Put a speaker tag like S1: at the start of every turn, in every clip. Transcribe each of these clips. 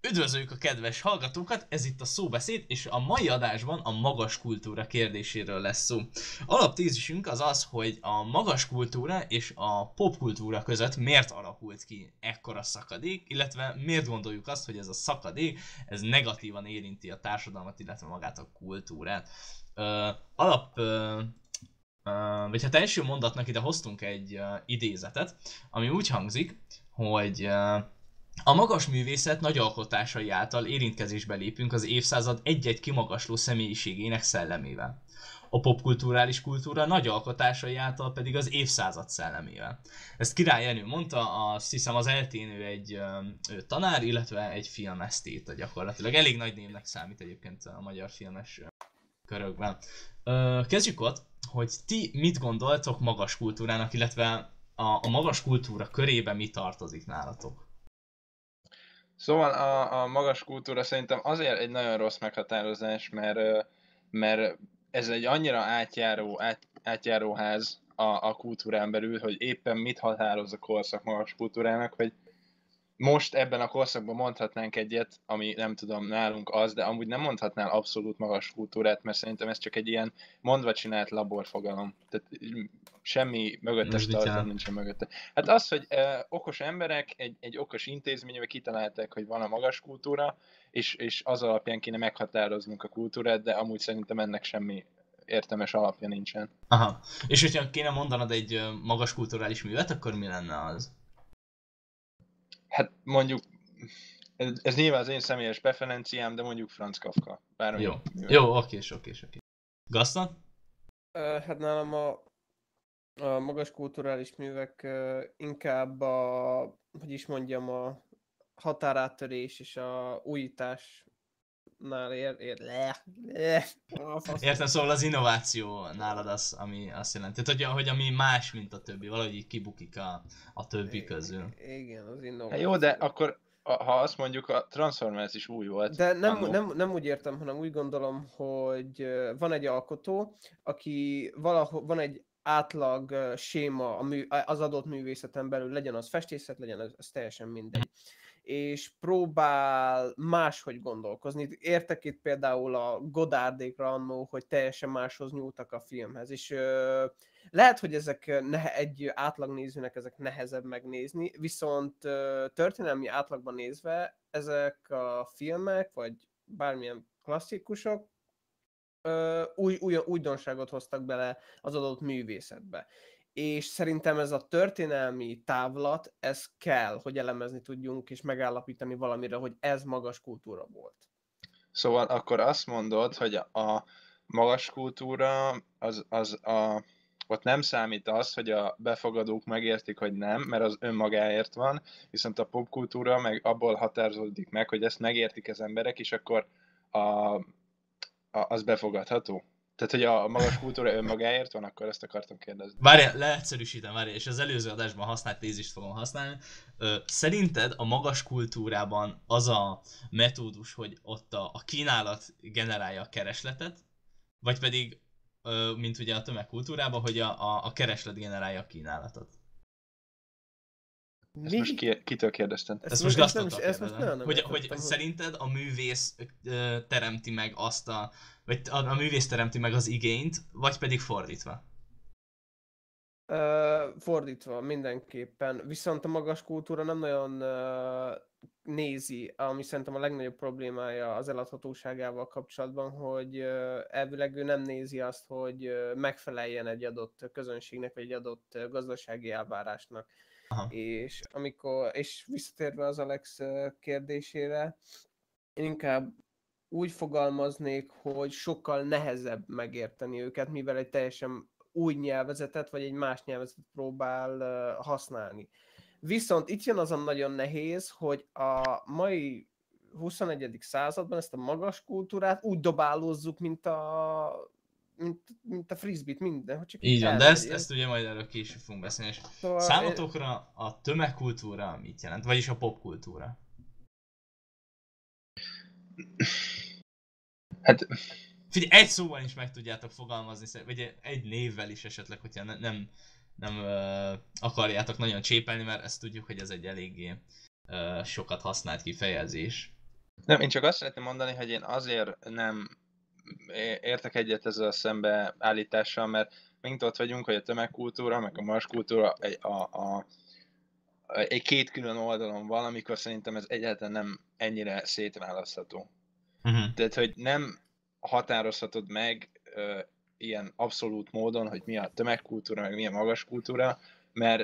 S1: Üdvözöljük a kedves hallgatókat, ez itt a Szóbeszéd, és a mai adásban a magas kultúra kérdéséről lesz szó. Alaptézisünk az az, hogy a magas kultúra és a popkultúra között miért alakult ki ekkora szakadék, illetve miért gondoljuk azt, hogy ez a szakadék, ez negatívan érinti a társadalmat, illetve magát a kultúrát. Vagy hát első mondatnak ide hoztunk egy idézetet, ami úgy hangzik, hogy a magas művészet nagy alkotásai által érintkezésbe lépünk az évszázad egy-egy kimagasló személyiségének szellemével. A popkulturális kultúra nagy alkotásai által pedig az évszázad szellemével. Ezt Király Jenő mondta, azt hiszem az elténő egy tanár, illetve egy filmesztéta gyakorlatilag. Elég nagy névnek számít egyébként a magyar filmes körökben. Kezdjük ott, hogy ti mit gondoltok magas kultúrának, illetve a magas kultúra körében mi tartozik nálatok?
S2: Szóval a magas kultúra szerintem azért egy nagyon rossz meghatározás, mert ez egy annyira átjáró ház a kultúrán belül, hogy éppen mit határoz a korszak magas kultúrának, hogy most ebben a korszakban mondhatnánk egyet, ami nem tudom, nálunk az, de amúgy nem mondhatnál abszolút magas kultúrát, mert szerintem ez csak egy ilyen mondva csinált laborfogalom. Tehát semmi mögöttes tartalom nincsen mögötte. Hát az, hogy okos emberek egy okos intézményben kitalálták, hogy van a magas kultúra, és az alapján kéne meghatároznunk a kultúrát, de amúgy szerintem ennek semmi értelmes alapja nincsen.
S1: Aha. És hogyha kéne mondanod egy magas kulturális művet, akkor mi lenne az?
S2: Hát mondjuk, ez nyilván az én személyes preferenciám, de mondjuk Franz Kafka.
S1: Jó, oké. Gaszton?
S3: Hát nálam a magas kulturális művek inkább a határáttörés és a újításnál
S1: Értem, szóval az innováció nálad az, ami azt jelenti, hogy ami más, mint a többi, valahogy így kibukik a többi közül.
S3: Igen, az innováció.
S2: Hát jó, de akkor ha azt mondjuk, a Transformers is új volt.
S3: De nem úgy értem, hanem úgy gondolom, hogy van egy alkotó, aki van egy átlag séma az adott művészeten belül, legyen az festészet, legyen az teljesen mindegy. És próbál máshogy gondolkozni. Értek itt például a Goddardékra annó, hogy teljesen máshoz nyúltak a filmhez, és lehet, hogy ezek egy átlagnézőnek ezek nehezebb megnézni, viszont történelmi átlagban nézve ezek a filmek, vagy bármilyen klasszikusok újdonságot hoztak bele az adott művészetbe. És szerintem ez a történelmi távlat, ez kell, hogy elemezni tudjunk, és megállapítani valamire, hogy ez magas kultúra volt.
S2: Szóval akkor azt mondod, hogy a magas kultúra ott nem számít az, hogy a befogadók megértik, hogy nem, mert az önmagáért van, viszont a popkultúra meg abból határozódik meg, hogy ezt megértik az emberek, és akkor az befogadható. Tehát, hogy a magas kultúra önmagáért van, akkor ezt akartam kérdezni.
S1: Várjál, leegyszerűsítem, és az előző adásban használt tézist fogom használni. Szerinted a magas kultúrában az a metódus, hogy ott a kínálat generálja a keresletet, vagy pedig, mint ugye a tömegkultúrában, hogy a kereslet generálja a kínálatot?
S2: Ezt most kitől kérdezted?
S1: Ezt most Gasztontól kérdezem. Hogy szerinted a művész teremti meg vagy a művész teremti meg az igényt, vagy pedig fordítva?
S3: Fordítva, mindenképpen. Viszont a magas kultúra nem nagyon nézi, ami szerintem a legnagyobb problémája az eladhatóságával kapcsolatban, hogy elvileg ő nem nézi azt, hogy megfeleljen egy adott közönségnek, vagy egy adott gazdasági elvárásnak. És visszatérve az Alex kérdésére, én inkább úgy fogalmaznék, hogy sokkal nehezebb megérteni őket, mivel egy teljesen új nyelvezetet, vagy egy más nyelvezetet próbál használni. Viszont itt jön az a nagyon nehéz, hogy a mai 21. században ezt a magas kultúrát úgy dobálózzuk, mint a frisbee-t, minden. Hogy csak
S1: így van, de ezt ugye majd erről később fogunk beszélni. És szóval számotokra a tömegkultúra mit jelent? Vagyis a popkultúra?
S2: Hát...
S1: Figyelj, egy szóval is meg tudjátok fogalmazni, vagy egy névvel is esetleg, hogyha nem akarjátok nagyon csépelni, mert ezt tudjuk, hogy ez egy eléggé sokat használt kifejezés.
S2: Nem, én csak azt szeretném mondani, hogy én azért nem értek egyet ezzel a szembeállítással, mert megint ott vagyunk, hogy a tömegkultúra, meg a marskultúra egy két külön oldalon van, amikor szerintem ez egyáltalán nem ennyire szétválasztható. Tehát, hogy nem határozhatod meg ilyen abszolút módon, hogy mi a tömegkultúra, meg mi a magaskultúra, mert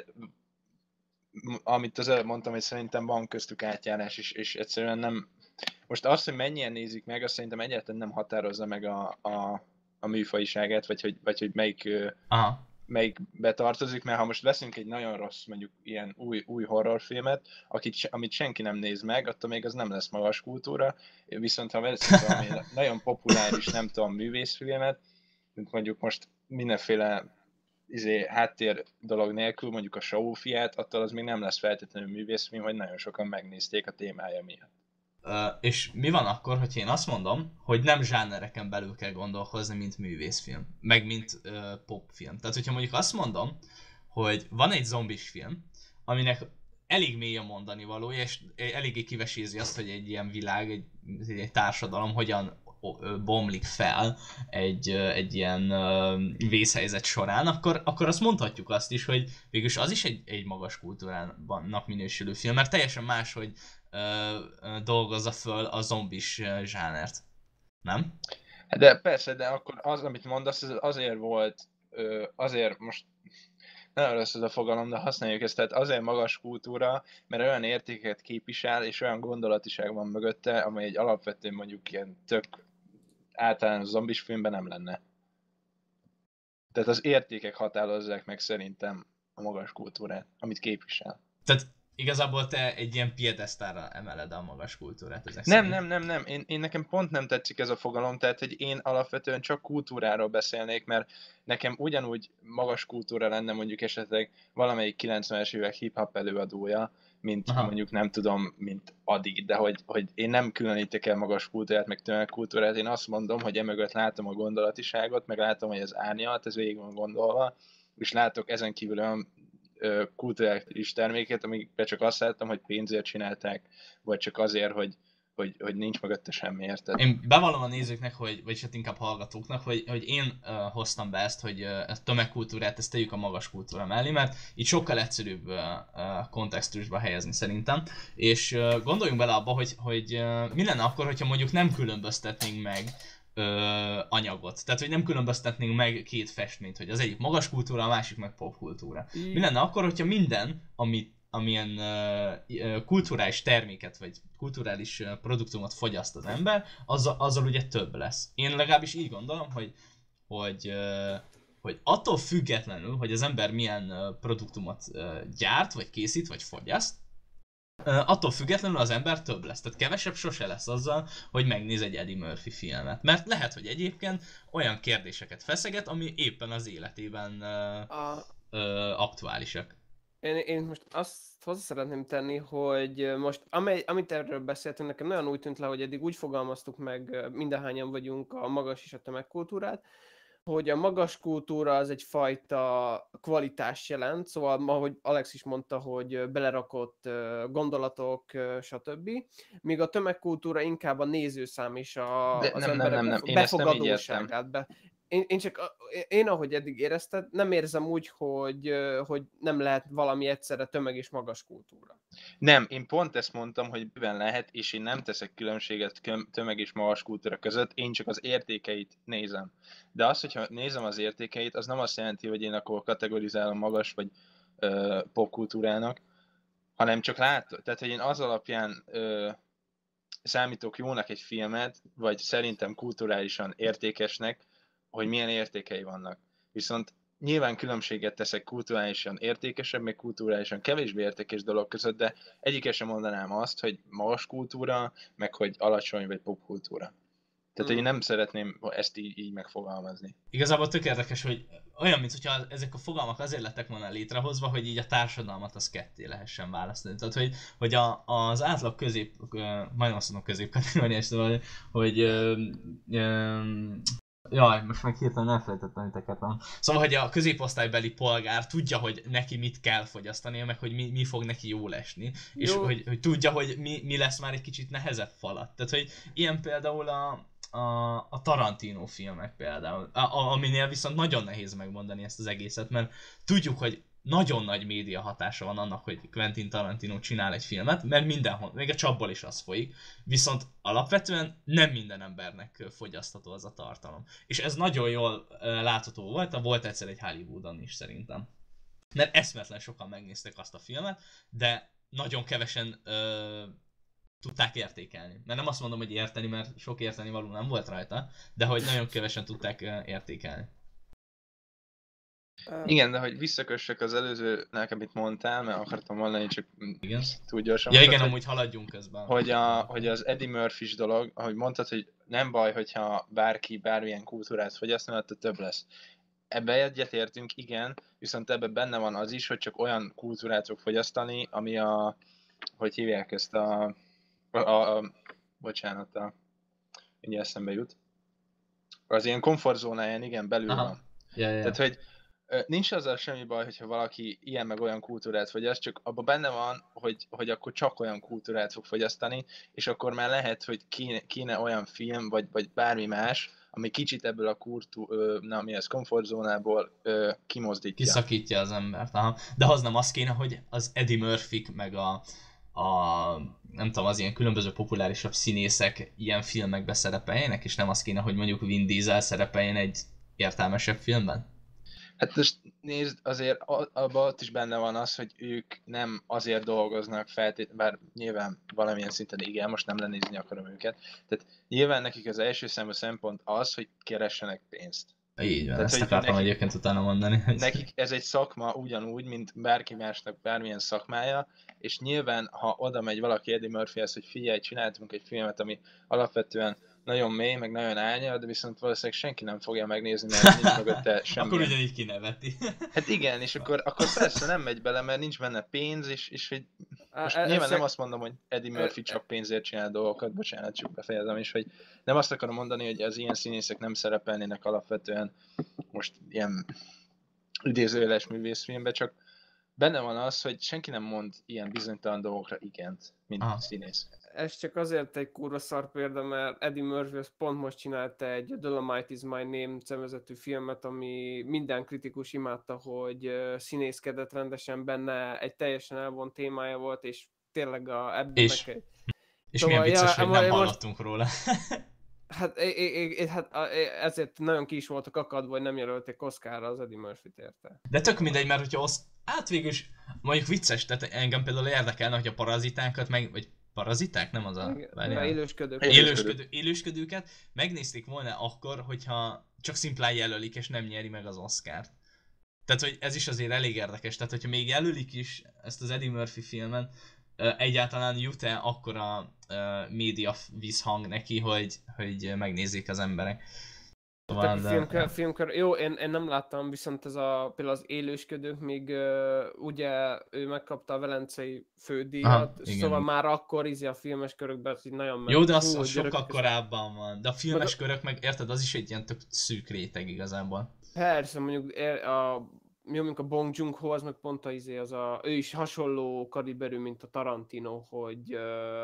S2: amit az előbb mondtam, hogy szerintem van köztük átjárás is, és egyszerűen nem... Most azt, hogy mennyien nézik meg, azt szerintem egyáltalán nem határozza meg a műfajiságát, vagy hogy melyikbe tartozik, mert ha most veszünk egy nagyon rossz, mondjuk ilyen új horrorfilmet, amit senki nem néz meg, attól még az nem lesz magas kultúra, viszont ha veszünk valami nagyon populáris, nem tudom, művészfilmet, mint mondjuk most mindenféle háttér dolog nélkül, mondjuk a Saul-fiát, attól az még nem lesz feltétlenül művészfilm, hogy nagyon sokan megnézték a témája miatt.
S1: És mi van akkor, hogyha én azt mondom, hogy nem zsánereken belül kell gondolkozni, mint művészfilm, meg mint popfilm. Tehát, hogyha mondjuk azt mondom, hogy van egy zombis film, aminek elég mély a mondani valója, és eléggé kivesézi azt, hogy egy ilyen világ, egy társadalom hogyan bomlik fel egy ilyen vészhelyzet során, akkor azt mondhatjuk azt is, hogy végülis az is egy magas kultúrának minősülő film, mert teljesen más, hogy dolgozza föl a zombis zsánert. Nem?
S2: De persze, de akkor az, amit mondasz, azért volt, azért most nagyon rossz ez a fogalom, de használjuk ezt, tehát azért magas kultúra, mert olyan értéket képvisel, és olyan gondolatiság van mögötte, amely egy alapvetően mondjuk ilyen tök általános zombis filmben nem lenne. Tehát az értékek határozzák meg szerintem a magas kultúrát, amit képvisel.
S1: Tehát igazából te egy ilyen piedesztára emeled a magas kultúrát ezek
S2: Nem. Én nekem pont nem tetszik ez a fogalom, tehát hogy én alapvetően csak kultúráról beszélnék, mert nekem ugyanúgy magas kultúra lenne mondjuk esetleg valamelyik 90-es évek hip-hop előadója, mint mondjuk nem tudom, mint Adi, de hogy én nem különítek el magas kultúrát, meg tömegkultúrát, én azt mondom, hogy emögött látom a gondolatiságot, meg látom, hogy az árnyalt, ez végig van gondolva, és látok ezen kívül olyan kulturális terméket, amikre csak azt láttam, hogy pénzért csinálták, vagy csak azért, hogy nincs mögötte semmi, érted?
S1: Én bevallom a nézőknek, vagyis hát inkább hallgatóknak, hogy én hoztam be ezt, hogy a tömegkultúrát ezt tegyük a magas kultúra mellé, mert így sokkal egyszerűbb kontextusba helyezni szerintem, és gondoljunk bele abba, hogy mi lenne akkor, hogyha mondjuk nem különböztetnénk meg anyagot. Tehát, hogy nem különböztetnénk meg két festményt, hogy az egyik magas kultúra, a másik meg popkultúra. Mi lenne akkor, hogyha minden, amilyen kulturális terméket, vagy kulturális produktumot fogyaszt az ember, azzal ugye több lesz. Én legalábbis így gondolom, hogy attól függetlenül, hogy az ember milyen produktumot gyárt, vagy készít, vagy fogyaszt, attól függetlenül az ember több lesz. Tehát kevesebb sose lesz azzal, hogy megnéz egy Eddie Murphy filmet. Mert lehet, hogy egyébként olyan kérdéseket feszeget, ami éppen az életében aktuálisak.
S3: Én most azt hozzá szeretném tenni, hogy most amit erről beszéltünk, nekem nagyon úgy tűnt le, hogy eddig úgy fogalmaztuk meg, mindenhányan vagyunk a magas és a tömegkultúrát, hogy a magas kultúra az egyfajta kvalitás jelent, szóval ahogy Alex is mondta, hogy belerakott gondolatok, stb. Míg a tömegkultúra inkább a nézőszám és az emberek befogadóságát. Én ahogy eddig érezted, nem érzem úgy, hogy nem lehet valami egyszerre tömeg és magas kultúra.
S2: Nem, én pont ezt mondtam, hogy bőven lehet, és én nem teszek különbséget tömeg és magas kultúra között, én csak az értékeit nézem. De az, hogyha nézem az értékeit, az nem azt jelenti, hogy én akkor kategorizálom magas vagy popkultúrának, hanem csak látom. Tehát, hogy én az alapján számítok jónak egy filmet, vagy szerintem kulturálisan értékesnek, hogy milyen értékei vannak. Viszont nyilván különbséget teszek kulturálisan értékesebb, meg kulturálisan kevésbé értékes dolog között, de egyikkel sem mondanám azt, hogy magas kultúra, meg hogy alacsony vagy popkultúra. Tehát én nem szeretném ezt így megfogalmazni.
S1: Igazából tök érdekes, hogy olyan, mintha ezek a fogalmak azért lettek volna létrehozva, hogy így a társadalmat az ketté lehessen választani. Tehát, hogy az átlag majdnem azt mondom középkategóriás, szóval, hogy Jaj, most meg hirtelen elfelejtettem, amit akartam. Szóval, hogy a középosztálybeli polgár tudja, hogy neki mit kell fogyasztania, meg hogy mi fog neki jól esni, és
S3: Jó.
S1: hogy tudja, hogy mi lesz már egy kicsit nehezebb falat. Tehát, hogy ilyen például a Tarantino filmek például, aminél viszont nagyon nehéz megmondani ezt az egészet, mert tudjuk, hogy nagyon nagy média hatása van annak, hogy Quentin Tarantino csinál egy filmet, mert mindenhol, még a csapból is az folyik, viszont alapvetően nem minden embernek fogyasztható az a tartalom. És ez nagyon jól látható volt egyszer egy Hollywoodon is szerintem. Mert eszmetlen sokan megnézték azt a filmet, de nagyon kevesen tudták értékelni. Mert nem azt mondom, hogy érteni, mert sok érteni való nem volt rajta, de hogy nagyon kevesen tudták értékelni.
S2: Igen, de hogy visszakössek az előzőnek, amit mondtál, mert akartam mondani, csak
S1: Igen.
S2: túl gyorsan
S1: Ja
S2: mondtad,
S1: igen, amúgy haladjunk közben.
S2: hogy az Eddie Murphy-s dolog, ahogy mondtad, hogy nem baj, hogyha bárki bármilyen kultúrát fogyaszt, mert attól több lesz. Ebbe egyetértünk, igen, viszont ebben benne van az is, hogy csak olyan kultúrát fog fogyasztani, ami hogy hívják ezt bocsánat, ugye eszembe jut. Az ilyen komfortzónáján, igen, belül
S1: Aha.
S2: van.
S1: Ja.
S2: Tehát, hogy nincs azzal semmi baj, hogyha valaki ilyen meg olyan kultúrát fogyaszt, csak abban benne van, hogy akkor csak olyan kultúrát fog fogyasztani, és akkor már lehet, hogy kéne olyan film, vagy bármi más, ami kicsit ebből a komfortzónából kimozdítja.
S1: Kiszakítja az embert, aha. De az nem az kéne, hogy az Eddie Murphy meg a nem tudom, az ilyen különböző populárisabb színészek ilyen filmekbe szerepeljenek, és nem az kéne, hogy mondjuk Vin Diesel szerepeljen egy értelmesebb filmben?
S2: Hát most nézd, azért abban ott is benne van az, hogy ők nem azért dolgoznak bár nyilván valamilyen szinten igen, most nem lenézni akarom őket. Tehát nyilván nekik az első számú szempont az, hogy keressenek pénzt.
S1: Így van, ezt akartam egyébként utána mondani.
S2: Nekik ez egy szakma ugyanúgy, mint bárki másnak bármilyen szakmája, és nyilván, ha oda megy valaki Eddie Murphyhez, hogy figyelj, csináltunk egy filmet, ami alapvetően nagyon mély, meg nagyon árnyal, de viszont valószínűleg senki nem fogja megnézni, mert nincs mögötte semmi.
S1: Akkor ugyanígy kineveti.
S2: Hát igen, és akkor persze nem megy bele, mert nincs benne pénz, és hogy most nyilván nem azt mondom, hogy Eddie Murphy csak pénzért csinál dolgokat, bocsánat, csak befejezem is, hogy nem azt akarom mondani, hogy az ilyen színészek nem szerepelnének alapvetően most ilyen idézőjeles művészfilmbe, csak benne van az, hogy senki nem mond ilyen bizonytalan dolgokra igent, mint színész.
S3: Ez csak azért egy kurva szar példa, mert Eddie Murphy pont most csinálta egy Dolomite is My Name című filmet, ami minden kritikus imádta, hogy színészkedett rendesen benne, egy teljesen elvont témája volt, és tényleg ebben
S1: és milyen vicces, hogy nem hallottunk róla.
S3: Hát ezért nagyon ki is voltak akadva, hogy nem jelölték Oscarra az Eddie Murphy-t érte.
S1: De tök mindegy, mert hogyha végül is mondjuk vicces, tehát engem például érdekelne, hogy a parazitákat vagy paraziták? Nem az a... Élősködőket megnézték volna akkor, hogyha csak szimplán jelölik és nem nyeri meg az Oscart. Tehát, hogy ez is azért elég érdekes. Tehát, hogyha még jelölik is ezt az Eddie Murphy filmen, egyáltalán jut-e akkora média visszhang neki, hogy megnézzék az emberek.
S3: Filmkör, jó, én nem láttam, viszont ez például az Élősködők, még ugye ő megkapta a Velencei fődíjat, szóval már akkor a filmes körökben nagyon
S1: meg. Jó, de az sokkal korábban van, de a filmes körök meg, érted, az is egy ilyen tök szűk réteg igazából.
S3: Persze, mondjuk mondjuk a Bong Joon-ho, az meg pont ő is hasonló kaliberű, mint a Tarantino, hogy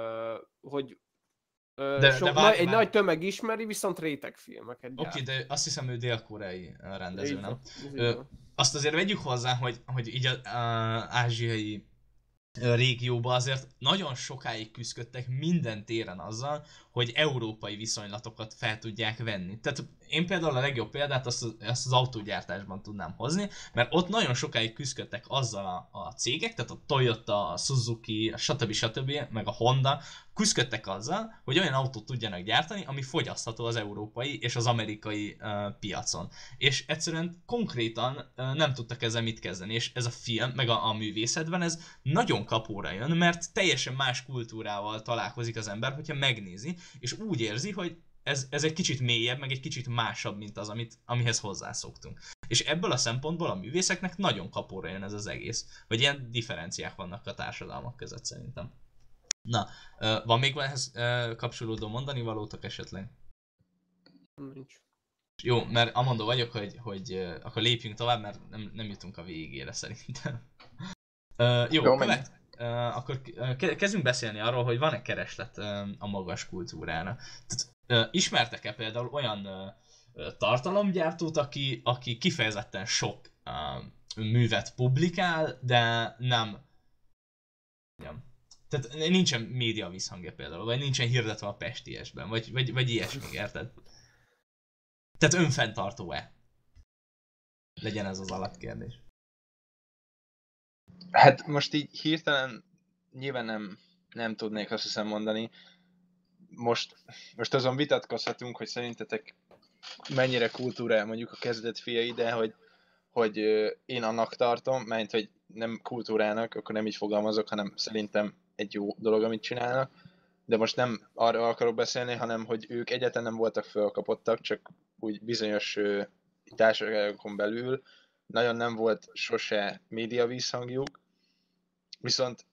S3: egy nagy tömeg ismeri, viszont rétegfilmeket gyárt.
S1: Oké, de azt hiszem ő dél-koreai rendező, nem? Azt azért vegyük hozzá, hogy így az ázsiai régióban azért nagyon sokáig küzdöttek minden téren azzal, hogy európai viszonylatokat fel tudják venni. Tehát én például a legjobb példát azt az autógyártásban tudnám hozni, mert ott nagyon sokáig küzdöttek azzal a cégek, tehát a Toyota, a Suzuki, a stb. Meg a Honda, küzdöttek azzal, hogy olyan autót tudjanak gyártani, ami fogyasztható az európai és az amerikai piacon. És egyszerűen konkrétan nem tudtak ezzel mit kezdeni, és ez a film, meg a művészetben ez nagyon kapóra jön, mert teljesen más kultúrával találkozik az ember, hogyha megnézi, és úgy érzi, hogy ez egy kicsit mélyebb, meg egy kicsit másabb, mint az, amihez hozzászoktunk. És ebből a szempontból a művészeknek nagyon kapóra jön ez az egész, vagy ilyen differenciák vannak a társadalmak között szerintem. Na, van még ehhez kapcsolódó mondani valótok esetleg?
S3: Nincs.
S1: Jó, mert amondó vagyok, hogy akkor lépjünk tovább, mert nem jutunk a végére szerintem. Jó, akkor kezdjünk beszélni arról, hogy van-e kereslet a magas kultúrára. Tehát, ismertek-e például olyan tartalomgyártót, aki kifejezetten sok művet publikál, de nem... Tehát nincsen média visszhangja például, vagy nincsen hirdetve a Pestiesben, vagy ilyesmi, érted? Tehát önfenntartó-e? Legyen ez az alapkérdés.
S2: Hát most így hirtelen nyilván nem tudnék azt hiszem mondani. Most azon vitatkozhatunk, hogy szerintetek mennyire kultúra mondjuk a kezdet fiai, de hogy én annak tartom, mert hogy nem kultúrának, akkor nem így fogalmazok, hanem szerintem egy jó dolog, amit csinálnak. De most nem arról akarok beszélni, hanem hogy ők egyáltalán nem voltak fölkapottak, csak úgy bizonyos társadalmakon belül nagyon nem volt sose média visszhangjuk, viszont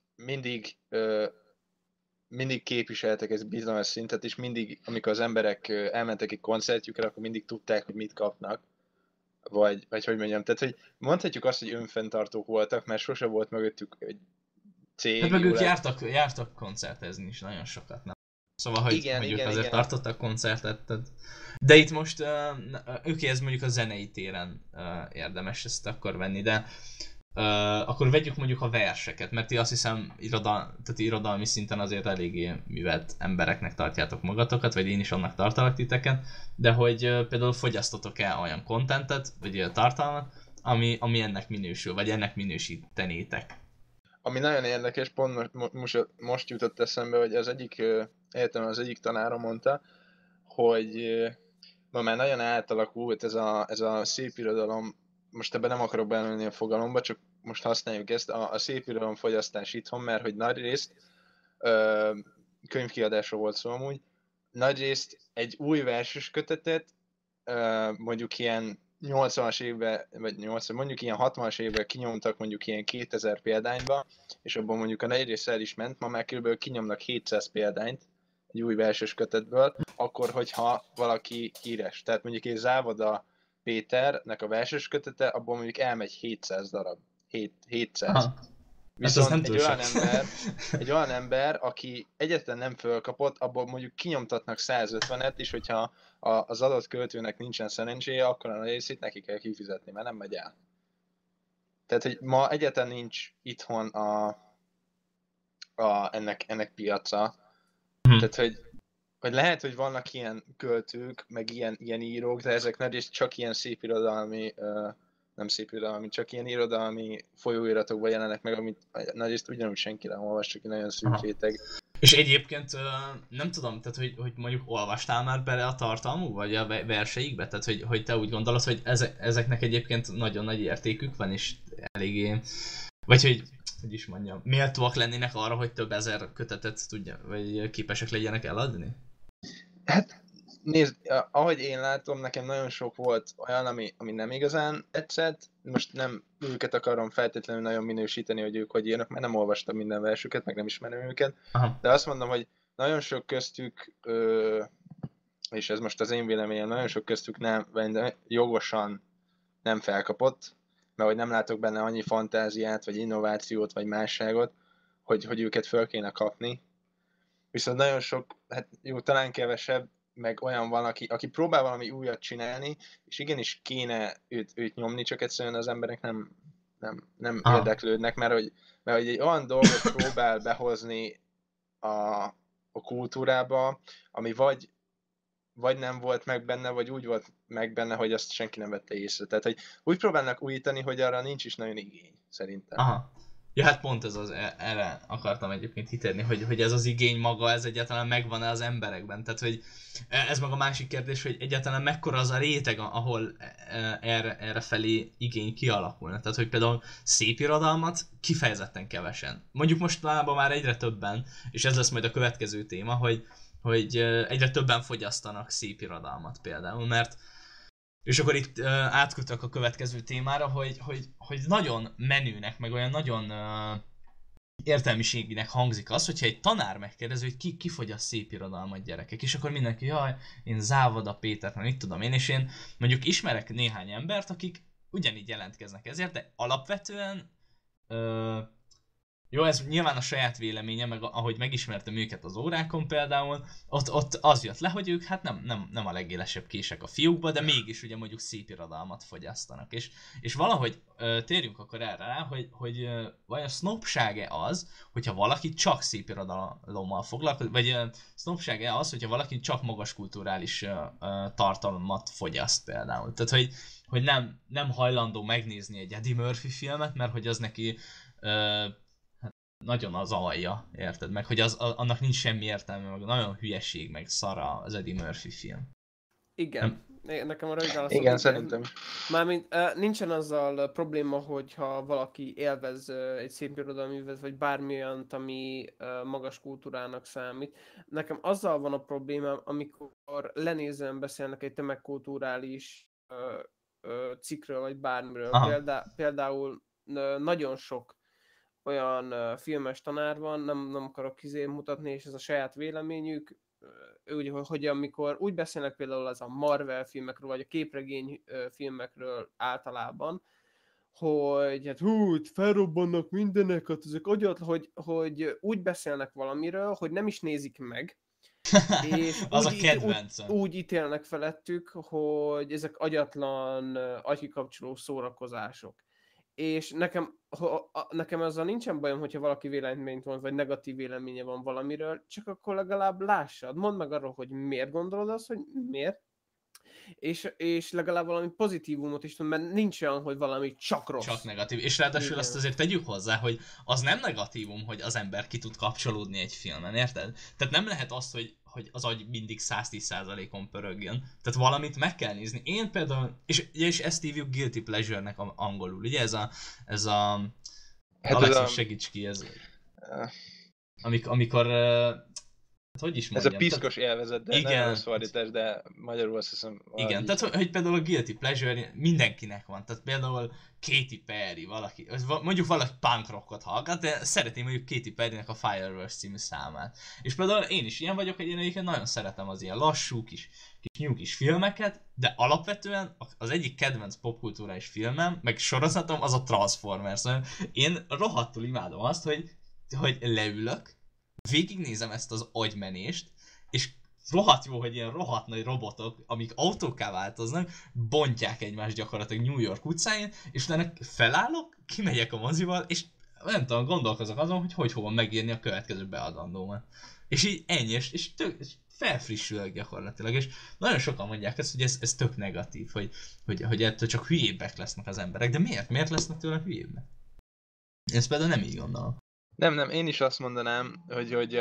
S2: mindig képviseltek ezt bizonyos szintet, és mindig, amikor az emberek elmentek egy koncertjükre, akkor mindig tudták, hogy mit kapnak. Vagy hogy mondjam, tehát hogy mondhatjuk azt, hogy önfenntartók voltak, mert sose volt mögöttük egy cég.
S1: Hát meg ők jártak koncertezni is nagyon sokat, nem? Szóval, hogy ők azért tartottak koncertet, de itt most őkéhez mondjuk a zenei téren érdemes ezt akkor venni, de akkor vegyük mondjuk a verseket, mert ti azt hiszem irodalmi szinten azért eléggé művelt embereknek tartjátok magatokat, vagy én is annak tartalak titeket, de hogy például fogyasztotok-e olyan contentet, vagy tartalmat, ami ennek minősül, vagy ennek minősítenétek?
S2: Ami nagyon érdekes, pont most jutott eszembe, hogy az egyik egyetemen az egyik tanára mondta, hogy ma már nagyon átalakult ez a szép irodalom, most ebben nem akarok belülni a fogalomba, csak most használjuk ezt, a szép irodalom fogyasztás itthon, mert hogy nagyrészt könyvkiadásról volt szó amúgy, nagyrészt egy új verses kötetet mondjuk ilyen 80-as évben, vagy mondjuk ilyen 60-as évben kinyomtak mondjuk ilyen 2000 példányba, és abban mondjuk a nagy rész el is ment, ma már kb. Kinyomnak 700 példányt egy új verses kötetből, akkor, hogyha valaki híres. Tehát mondjuk egy Závoda Péternek a verses kötete, abból mondjuk elmegy 700 darab. 700.
S1: Aha.
S2: Viszont egy olyan ember, aki egyetlen nem fölkapott, abból mondjuk kinyomtatnak 150-et, és hogyha az adott költőnek nincsen szerencséje, akkor a részét neki kell kifizetni, mert nem megy el. Tehát, hogy ma egyetlen nincs itthon ennek piaca. Tehát, hogy lehet, hogy vannak ilyen költők, meg ilyen írók, de ezek nagyrészt csak ilyen szépirodalmi, nem szépirodalmi, csak ilyen irodalmi folyóiratokban jelennek meg, amit nagyrészt ugyanúgy senki nem olvas, csak nagyon szűk réteg.
S1: És egyébként nem tudom, tehát hogy mondjuk olvastál már bele a tartalmú, vagy a verseikbe? Tehát hogy te úgy gondolod, hogy ezeknek egyébként nagyon nagy értékük van, és eléggé, vagy hogy is mondjam, méltóak lennének arra, hogy több ezer kötetet vagy képesek legyenek eladni?
S2: Hát nézd, ahogy én látom, nekem nagyon sok volt olyan, ami nem igazán tetszett. Most nem őket akarom feltétlenül nagyon minősíteni, hogy ők hogy írnak, mert nem olvastam minden versüket, meg nem ismerem őket.
S1: Aha.
S2: De azt mondom, hogy nagyon sok köztük, és ez most az én véleményem, nagyon sok köztük jogosan nem felkapott, mert hogy nem látok benne annyi fantáziát, vagy innovációt, vagy másságot, hogy őket föl kéne kapni. Viszont nagyon sok, hát jó, talán kevesebb, meg olyan van, aki próbál valami újat csinálni, és igenis kéne őt nyomni, csak egyszerűen az emberek nem érdeklődnek, mert hogy egy olyan dolgot próbál behozni a kultúrába, ami vagy nem volt meg benne, vagy úgy volt meg benne, hogy azt senki nem vette észre. Tehát, hogy úgy próbálnak újítani, hogy arra nincs is nagyon igény, szerintem.
S1: Aha. Ja, hát pont erre akartam egyébként hitérni, hogy ez az igény maga, ez egyáltalán megvan-e az emberekben. Tehát, hogy ez meg a másik kérdés, hogy egyáltalán mekkora az a réteg, ahol erre felé igény kialakulna. Tehát, hogy például szép irodalmat kifejezetten kevesen. Mondjuk most már egyre többen, és ez lesz majd a következő téma, hogy egyre többen fogyasztanak szép irodalmat például, mert és akkor itt átkötök a következő témára, hogy nagyon menőnek, meg olyan nagyon értelmiségnek hangzik az, hogyha egy tanár megkérdezi, hogy ki fogyaszt szép irodalmat, gyerekek, és akkor mindenki, jaj, én Závada Péter, mit tudom én, és én mondjuk ismerek néhány embert, akik ugyanígy jelentkeznek ezért, de alapvetően jó, ez nyilván a saját véleménye, meg ahogy megismertem őket az órákon például, ott az jött le, hogy ők hát nem a legélesebb kések a fiúkba, de mégis ugye mondjuk szép irodalmat fogyasztanak. És valahogy térjünk akkor erre rá, hogy vajon sznobság-e az, hogyha valaki csak szép irodalommal foglalkozik, vagy sznobság-e az, hogyha valaki csak magas kulturális tartalmat fogyaszt például. Tehát, hogy nem hajlandó megnézni egy Eddie Murphy filmet, mert hogy az neki nagyon az alja, érted? Meg hogy annak nincs semmi értelme, meg nagyon hülyeség, meg szara az Eddie Murphy film.
S3: Igen. Nekem a rövid válaszom.
S2: Igen, szerintem.
S3: Mármint nincsen azzal probléma, hogyha valaki élvez egy szép irodalművet, vagy bármilyant, ami magas kultúrának számít. Nekem azzal van a problémám, amikor lenézően beszélnek egy tömegkulturális cikkről, vagy bármiről. Például nagyon sok olyan filmes tanár van, nem akarok mutatni, és ez a saját véleményük, hogy amikor úgy beszélnek például az a Marvel filmekről, vagy a képregény filmekről általában, hogy hát felrobbannak mindenek, hát ezek hogy úgy beszélnek valamiről, hogy nem is nézik meg, és
S1: az a kedvencem.
S3: Úgy ítélnek felettük, hogy ezek agyatlan, agykikapcsoló szórakozások. És nekem azzal nincsen bajom, hogyha valaki véleményt van, vagy negatív véleménye van valamiről, csak akkor legalább lássad. Mondd meg arról, hogy miért gondolod azt, hogy miért, és legalább valami pozitívumot is tud, mert nincs olyan, hogy valami csak rossz.
S1: Csak negatív. És ráadásul azt azért tegyük hozzá, hogy az nem negatívum, hogy az ember ki tud kapcsolódni egy filmen, érted? Tehát nem lehet azt, hogy az agy mindig 110%-on pörögjön. Tehát valamit meg kell nézni. Én például, és ezt hívjuk guilty pleasure-nek angolul, ugye ez a Alexis, segíts ki, ez amikor hogy is mondjam?
S2: Ez a piszkos élvezet, de igen, nem rossz fordítás, de magyarul azt hiszem...
S1: Igen, tehát hogy például a guilty pleasure mindenkinek van. Tehát például Katy Perry, mondjuk valaki punk rockot hallgat, de szeretném mondjuk Katy Perrynek a Fireworks című számát. És például én is ilyen vagyok, hogy én egyébként nagyon szeretem az ilyen lassú, kis nyugis filmeket, de alapvetően az egyik kedvenc popkulturális filmem, meg sorozatom az a Transformers. Én rohadtul imádom azt, hogy leülök, végignézem ezt az agymenést, és rohadt jó, hogy ilyen rohadt nagy robotok, amik autókká változnak, bontják egymást gyakorlatilag New York utcáin, és utána felállok, kimegyek a mozival, és nem tudom, gondolkozok azon, hogy fogom megírni a következő beadandómat. És így ennyi, és felfrissülök gyakorlatilag, és nagyon sokan mondják ezt, hogy ez tök negatív, hogy ettől csak hülyébbek lesznek az emberek, de miért? Miért lesznek tőle hülyébbek? Ezt például nem így gondolom.
S2: Nem, én is azt mondanám, hogy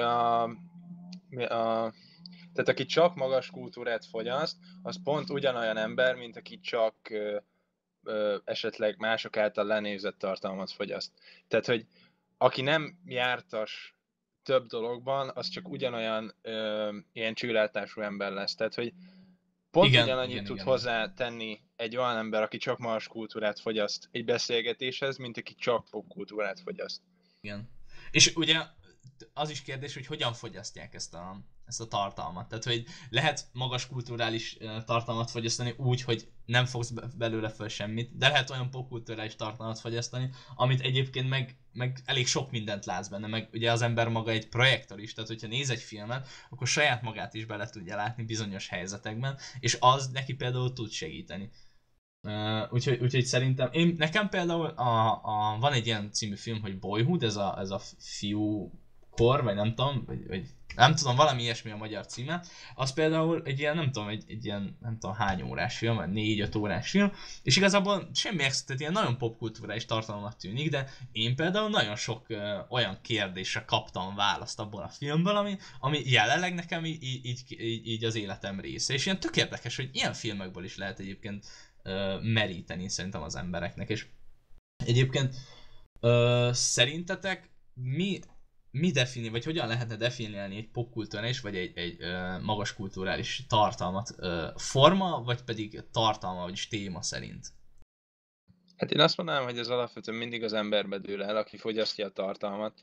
S2: tehát aki csak magas kultúrát fogyaszt, az pont ugyanolyan ember, mint aki csak esetleg mások által lenézett tartalmat fogyaszt. Tehát, hogy aki nem jártas több dologban, az csak ugyanolyan ilyen csillátású ember lesz. Tehát, hogy pont ugyanannyit tud hozzátenni egy olyan ember, aki csak magas kultúrát fogyaszt egy beszélgetéshez, mint aki csak popkultúrát fogyaszt.
S1: Igen. És ugye az is kérdés, hogy hogyan fogyasztják ezt a tartalmat. Tehát, hogy lehet magas kulturális tartalmat fogyasztani úgy, hogy nem fogsz belőle föl semmit, de lehet olyan popkulturális tartalmat fogyasztani, amit egyébként meg elég sok mindent látsz benne, meg ugye az ember maga egy projektor is, tehát hogyha néz egy filmet, akkor saját magát is bele tudja látni bizonyos helyzetekben, és az neki például tud segíteni. Úgyhogy szerintem, nekem például van egy ilyen című film, hogy Boyhood, ez a fiúkor, vagy nem tudom, vagy nem tudom, valami ilyesmi a magyar címe, az például egy ilyen, nem tudom, egy ilyen, nem tudom hány órás film, vagy 4-5 órás film, és igazából semmi extra, tehát ilyen nagyon popkulturális tartalomnak tűnik, de én például nagyon sok olyan kérdésre kaptam választ abból a filmből, ami jelenleg nekem így az életem része, és ilyen tök érdekes, hogy ilyen filmekből is lehet egyébként meríteni szerintem az embereknek, és egyébként szerintetek mi definiál, vagy hogyan lehetne definiálni egy popkulturális, vagy egy magas kulturális tartalmat forma, vagy pedig tartalma, vagy téma szerint?
S2: Hát én azt mondanám, hogy ez alapvetően mindig az emberbe dől el, aki fogyasztja a tartalmat.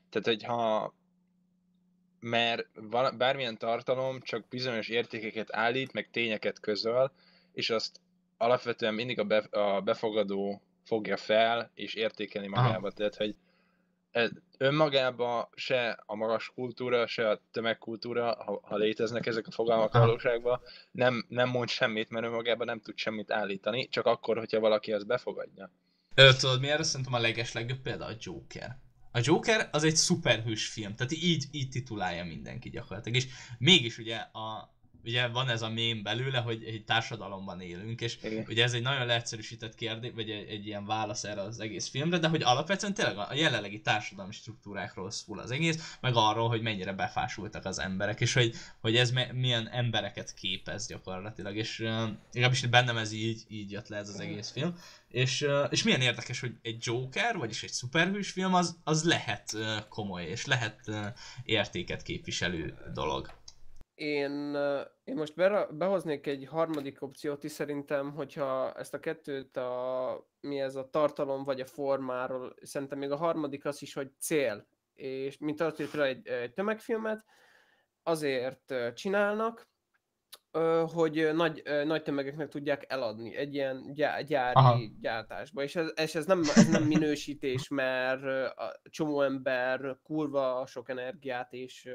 S2: Tehát, hogyha mert bármilyen tartalom csak bizonyos értékeket állít, meg tényeket közöl, és azt alapvetően mindig a befogadó fogja fel, és értékeli magába.
S1: Aha.
S2: Tehát, hogy önmagában se a magas kultúra, se a tömegkultúra, ha léteznek ezek a fogalmak a
S1: Aha.
S2: valóságban, nem mond semmit, mert önmagában nem tud semmit állítani, csak akkor, hogyha valaki azt befogadja.
S1: Tudod miért? Szerintem a legeslegjobb példa a Joker. A Joker az egy szuperhős film, tehát így titulálja mindenki gyakorlatilag. És mégis ugye van ez a mém belőle, hogy egy társadalomban élünk, és
S2: Igen.
S1: ugye ez egy nagyon leegyszerűsített kérdés, vagy egy ilyen válasz erre az egész filmre, de hogy alapvetően tényleg a jelenlegi társadalmi struktúrákról szól az egész, meg arról, hogy mennyire befásultak az emberek, és hogy ez milyen embereket képez gyakorlatilag, és legalábbis bennem ez így jött le ez az egész film. És milyen érdekes, hogy egy Joker, vagyis egy szuperhős film, az lehet komoly, és lehet értéket képviselő dolog.
S3: Én most behoznék egy harmadik opciót is szerintem, hogyha ezt a kettőt mi ez a tartalom vagy a formáról, szerintem még a harmadik az is, hogy cél. És mint az, hogy például egy tömegfilmet azért csinálnak, hogy nagy tömegeknek tudják eladni egy ilyen gyári gyártásba. És ez nem minősítés, mert a csomó ember kurva sok energiát és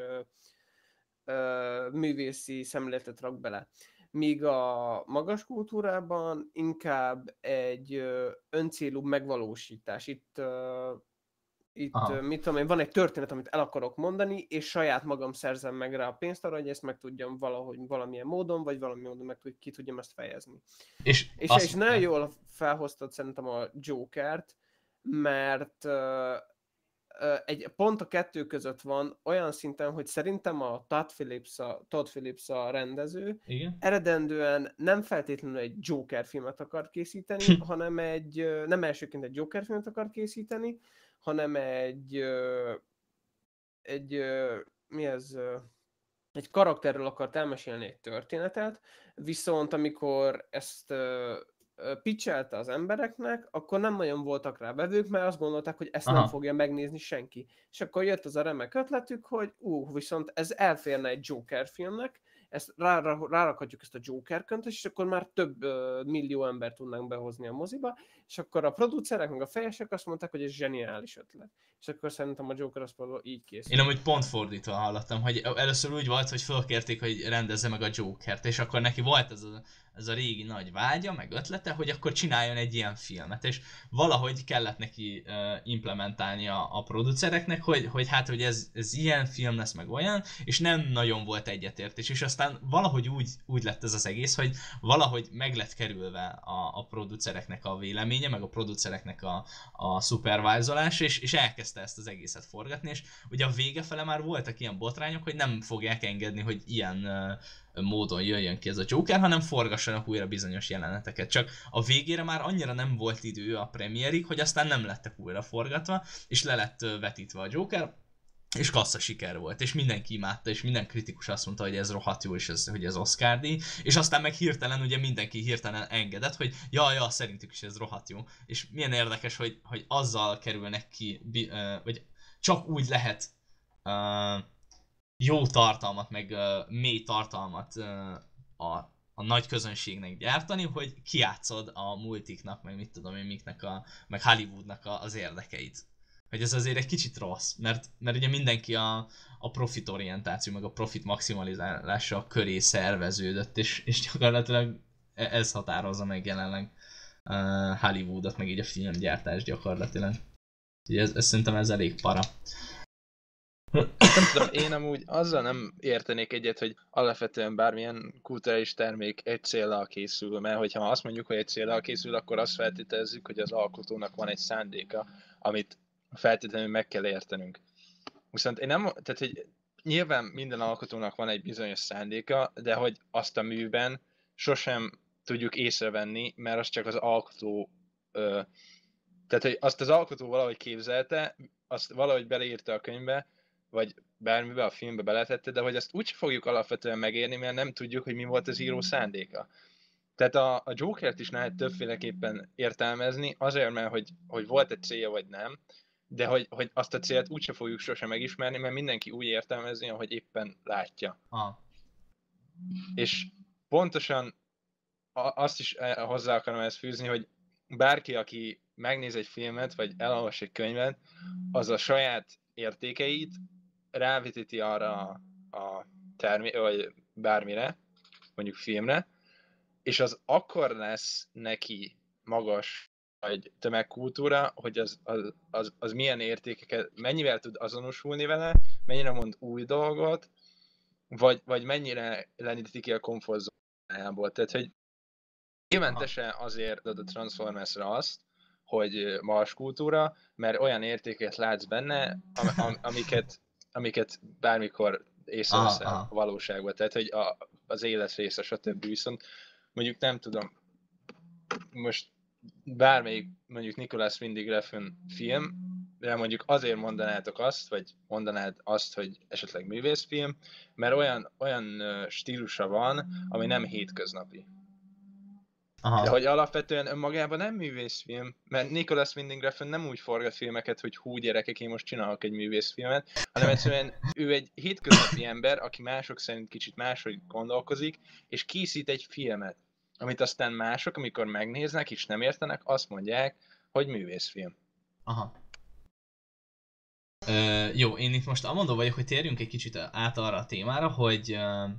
S3: művészi szemléletet rak bele. Míg a magas kultúrában inkább egy öncélú megvalósítás. Itt mit tudom én, van egy történet, amit el akarok mondani, és saját magam szerzem meg rá a pénzt arra, hogy ezt meg tudjam valamilyen módon, vagy valamilyen módon ki tudjam ezt fejezni. És nagyon jól felhoztad szerintem a Jokert, mert pont a kettő között van olyan szinten, hogy szerintem a Todd Phillips a rendező,
S1: igen?
S3: Eredendően nem feltétlenül egy Joker filmet akar készíteni, hanem nem elsőként egy Joker filmet akar készíteni, hanem egy karakterről akart elmesélni egy történetet, viszont amikor ezt pitchelte az embereknek, akkor nem nagyon voltak rá vevők, mert azt gondolták, hogy ezt nem fogja megnézni senki. És akkor jött az a remek ötletük, hogy viszont ez elférne egy Joker filmnek, ezt rárakhatjuk ezt a Joker köntöst, és akkor már több millió ember tudnánk behozni a moziba, és akkor a producerek meg a fejesek azt mondták, hogy ez zseniális ötlet. És akkor szerintem a Joker az például így készült.
S1: Én amúgy pont fordítva hallottam, hogy először úgy volt, hogy fölkérték, hogy rendezze meg a Jokert, és akkor neki volt ez a régi nagy vágya, meg ötlete, hogy akkor csináljon egy ilyen filmet, és valahogy kellett neki implementálni a producereknek, hogy ez ilyen film lesz, meg olyan, és nem nagyon volt egyetértés, és aztán valahogy úgy lett ez az egész, hogy valahogy meg lett kerülve a producereknek a véleménye, meg a producereknek a szupervájzolás, és elkezdte ezt az egészet forgatni, és ugye a vége fele már voltak ilyen botrányok, hogy nem fogják engedni, hogy ilyen módon jöjjön ki ez a Joker, hanem forgassanak újra bizonyos jeleneteket. Csak a végére már annyira nem volt idő a premierig, hogy aztán nem lettek újra forgatva, és le lett vetítve a Joker, és kassza siker volt, és mindenki imádta, és minden kritikus azt mondta, hogy ez rohadt jó, és hogy ez Oscar-díj, és aztán meg hirtelen ugye mindenki hirtelen engedett, hogy ja, szerintük is ez rohadt jó. És milyen érdekes, hogy azzal kerülnek ki, vagy csak úgy lehet jó tartalmat, meg mély tartalmat a nagy közönségnek gyártani, hogy kijátszod a multiknak, meg mit tudom én meg Hollywoodnak az érdekeit. Hogy ez azért egy kicsit rossz, mert ugye mindenki a profitorientáció, meg a profit maximalizálása köré szerveződött, és gyakorlatilag ez határozza meg jelenleg Hollywoodot, meg így a filmgyártás gyakorlatilag. Úgyhogy szerintem ez elég para.
S2: Nem tudom, én amúgy azzal nem értenék egyet, hogy alapvetően bármilyen kulturális termék egy céllal készül, mert hogyha azt mondjuk, hogy egy céllal készül, akkor azt feltételezzük, hogy az alkotónak van egy szándéka, amit feltétlenül meg kell értenünk. Viszont én nem, tehát hogy nyilván minden alkotónak van egy bizonyos szándéka, de hogy azt a műben sosem tudjuk észrevenni, mert az csak az alkotó, tehát hogy azt az alkotó valahogy képzelte, azt valahogy beleírta a könyvbe, vagy bármibe a filmbe beletette, de hogy azt úgy fogjuk alapvetően megérni, mert nem tudjuk, hogy mi volt az író szándéka. Tehát a Jokert is lehet többféleképpen értelmezni, azért, mert hogy volt egy célja, vagy nem, de hogy azt a célt úgyse fogjuk sosem megismerni, mert mindenki úgy értelmezni, ahogy éppen látja. És pontosan azt is hozzá akarom ezt fűzni, hogy bárki, aki megnéz egy filmet, vagy elolvas egy könyvet, az a saját értékeit rávetíti arra a vagy bármire, mondjuk filmre, és az akkor lesz neki magas vagy tömegkultúra, hogy az milyen értékeket, mennyivel tud azonosulni vele, mennyire mond új dolgot, vagy mennyire leníti ki a komfortzónájából. Tehát, hogy éventese azért ad a Transformersra azt, hogy magas kultúra, mert olyan értéket látsz benne, amiket bármikor észreveszel a valóságban. Tehát, hogy az élet része, stb. Viszont mondjuk nem tudom, most bármelyik mondjuk Nicolas Winding Refn film, de mondjuk azért mondanátok azt, vagy mondanád azt, hogy esetleg művészfilm, mert olyan stílusa van, ami nem hétköznapi. De hogy alapvetően önmagában nem művészfilm, mert Nicolas Winding Refn nem úgy forgat filmeket, hogy hú gyerekek, én most csinálok egy művészfilmet, hanem egyszerűen ő egy hétköznapi ember, aki mások szerint kicsit máshogy gondolkozik, és készít egy filmet, amit aztán mások, amikor megnéznek és nem értenek, azt mondják, hogy művészfilm.
S1: Jó, én itt most amondó vagyok, hogy térjünk egy kicsit át arra a témára, hogy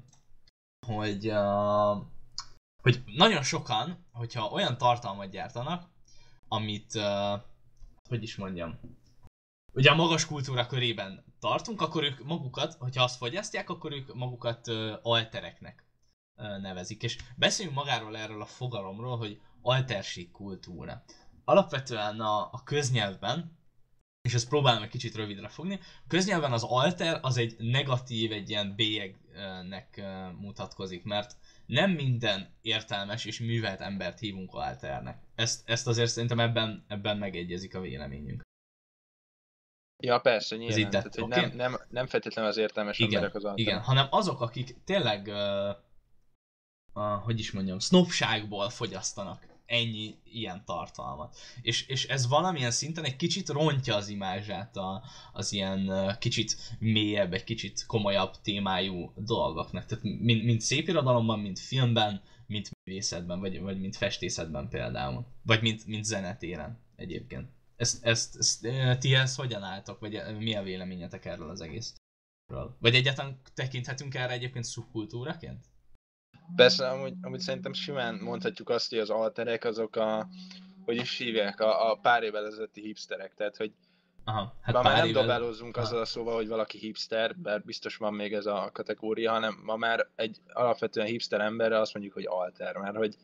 S1: nagyon sokan, hogyha olyan tartalmat gyártanak, amit, hogy is mondjam, ugye a magas kultúra körében tartunk, akkor ők magukat, hogyha azt fogyasztják, akkor ők magukat altereknek nevezik. És beszéljünk magáról erről a fogalomról, hogy alterség kultúra. Alapvetően a köznyelvben, és ezt próbálom egy kicsit rövidre fogni, a köznyelvben az alter az egy negatív, egy ilyen bélyegnek mutatkozik, mert nem minden értelmes és művelt embert hívunk alternek. Ezt azért szerintem ebben megegyezik a véleményünk.
S2: Ja, persze, nyilván. Tehát, hogy okay? nem feltétlenül az értelmes emberek az alternek.
S1: Igen, hanem azok, akik tényleg, hogy is mondjam, sznobságból fogyasztanak ennyi ilyen tartalmat. És ez valamilyen szinten egy kicsit rontja az imázsát az ilyen kicsit mélyebb, egy kicsit komolyabb témájú dolgoknak. Tehát mint szépirodalomban, mint filmben, mint művészetben, vagy mint festészetben például. Vagy mint zenetéren egyébként. Ti ezt hogyan álltok, vagy mi a véleményetek erről az egészről? Vagy egyáltalán tekinthetünk erre egyébként szubkultúraként?
S2: Persze, amúgy szerintem simán mondhatjuk azt, hogy az alterek azok hogy is hívják, a pár évvel ezelőtti hipsterek, tehát hogy hát már nem dobálózzunk azzal a szóval, hogy valaki hipster, bár biztos van még ez a kategória, hanem ma már egy alapvetően hipster emberre azt mondjuk, hogy alter, mert hogy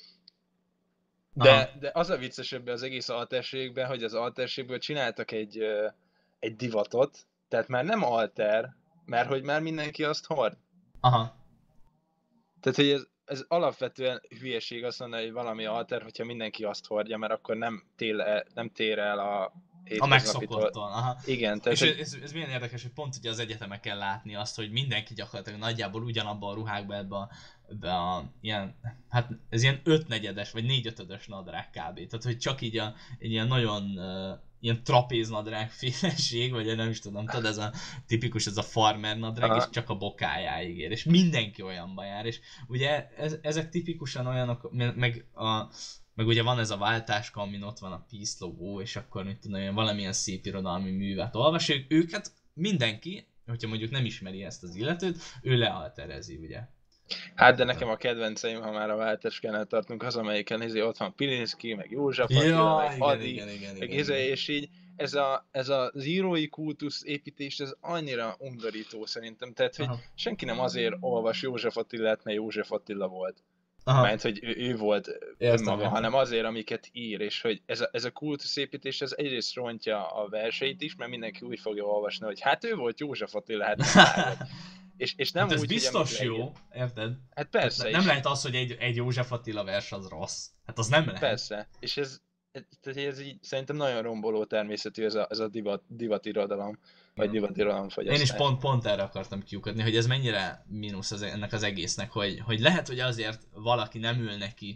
S2: de az a viccesebb az egész alterségben, hogy az alterségből csináltak egy divatot, tehát már nem alter, mert hogy már mindenki azt hord. Tehát, hogy ez alapvetően hülyeség azt mondani, hogy valami alter, hogyha mindenki azt hordja, mert akkor nem tér el a
S1: megszokottól.
S2: Igen.
S1: Tehát, és ez milyen érdekes, hogy pont ugye az egyetemeken látni azt, hogy mindenki gyakorlatilag nagyjából ugyanabban a ruhákban ebbe a ilyen, hát ez ilyen 5/4-es vagy 4/5-ös nadrág kb. Tehát, hogy csak így egy ilyen nagyon ilyen trapéznadrág féleség, vagy nem is tudom, tudod, ez a tipikus, ez a farmer nadrág, és csak a bokájáig ér, és mindenki olyanban jár, és ugye ezek tipikusan olyanok, meg ugye van ez a váltáska, amin ott van a Peace logó, és akkor mit tudom, valamilyen szép irodalmi művet olvas, őket mindenki, hogyha mondjuk nem ismeri ezt az illetőt, ő lealterezi, ugye.
S2: Hát de nekem a kedvenceim, ha már a váltáskánál tartunk, az amelyiken ott van Pilinszky, meg József Attila, meg Adi, meg és így ez az írói kultusz építés, ez annyira undorító szerintem, tehát hogy senki nem azért olvas József Attilát, mert József Attila volt. Mert hogy ő volt önmaga, hanem azért, amiket ír, és hogy ez a kultuszépítés, ez egyrészt rontja a verseit is, mert mindenki úgy fogja olvasni, hogy hát ő volt József Attila, hát nem és nem
S1: hát ez
S2: úgy,
S1: biztos jó, érted?
S2: Hát persze.
S1: Hát nem lehet az, hogy egy József Attila vers az rossz. Hát az nem lehet.
S2: Persze, és ez így szerintem nagyon romboló természetű ez a divatirodalom, vagy divatirodalom fogyasztás.
S1: Én is pont erre akartam kiukadni, hogy ez mennyire mínusz ennek az egésznek, hogy lehet, hogy azért valaki nem ül neki